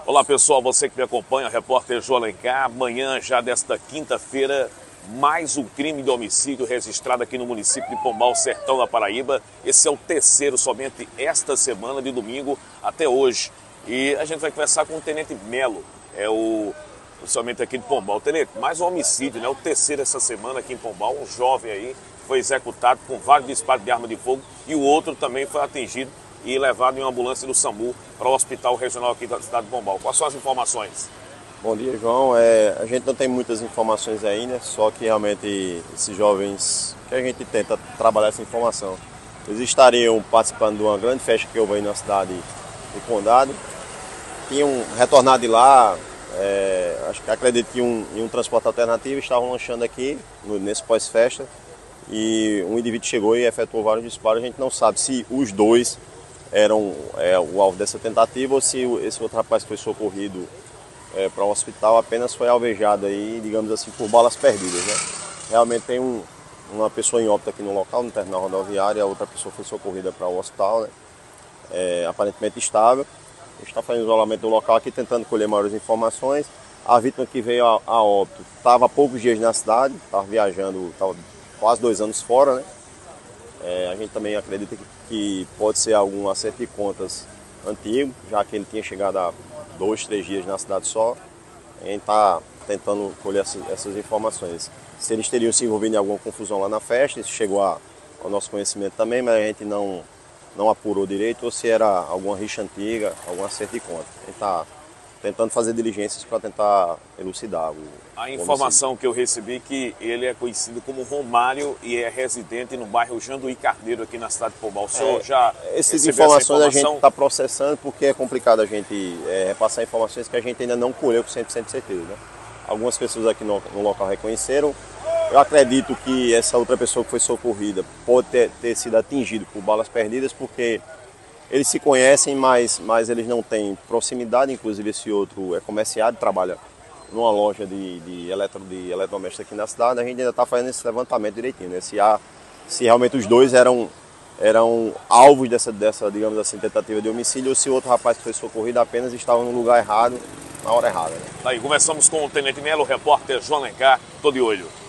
Olá pessoal, você que me acompanha, o repórter João Alencar. Amanhã, já desta quinta-feira, mais um crime de homicídio registrado aqui no município de Pombal, sertão da Paraíba. Esse é o terceiro somente esta semana, de domingo até hoje. E a gente vai conversar com o Tenente Melo, somente aqui de Pombal. Tenente, mais um homicídio, né? O terceiro essa semana aqui em Pombal, um jovem aí foi executado com vários disparos de arma de fogo e o outro também foi atingido e levado em uma ambulância do SAMU para o hospital regional aqui da cidade de Pombal. Quais são as informações? Bom dia, João. A gente não tem muitas informações aí, né? Só que realmente esses jovens, que a gente tenta trabalhar essa informação, eles estariam participando de uma grande festa que houve aí na cidade de Condado. Tinham retornado de lá, acredito que em um transporte alternativo, estavam lanchando aqui, nesse pós-festa, e um indivíduo chegou e efetuou vários disparos. A gente não sabe se os dois eram o alvo dessa tentativa ou se esse outro rapaz que foi socorrido para o hospital apenas foi alvejado aí, digamos assim, por balas perdidas, né? Realmente tem uma pessoa em óbito aqui no local, no terminal rodoviário, a outra pessoa foi socorrida para o hospital, né? Aparentemente estável. A gente está fazendo isolamento do local aqui, tentando colher maiores informações. A vítima que veio a óbito estava há poucos dias na cidade, estava viajando, estava quase 2 anos fora, né? A gente também acredita que pode ser algum acerto de contas antigo, já que ele tinha chegado há 2, 3 dias na cidade só. A gente está tentando colher essas informações. Se eles teriam se envolvido em alguma confusão lá na festa, isso chegou ao nosso conhecimento também, mas a gente não apurou direito, ou se era alguma rixa antiga, algum acerto de conta. A gente está tentando fazer diligências para tentar elucidar a informação que eu recebi é que ele é conhecido como Romário e é residente no bairro Janduí Carneiro, aqui na cidade de Pombal. O senhor já essas informações a gente está processando, porque é complicado a gente repassar informações que a gente ainda não colheu com 100% de certeza, né? Algumas pessoas aqui no local reconheceram. Eu acredito que essa outra pessoa que foi socorrida pode ter sido atingida por balas perdidas, porque eles se conhecem, mas eles não têm proximidade. Inclusive esse outro é comerciário, trabalha numa loja de eletrodoméstico aqui na cidade. A gente ainda está fazendo esse levantamento direitinho, né? Se realmente os dois eram alvos dessa, digamos assim, tentativa de homicídio, ou se o outro rapaz que foi socorrido apenas estava no lugar errado, na hora errada, né? Aí, começamos com o Tenente Melo, o repórter João Alencar. Tô de olho.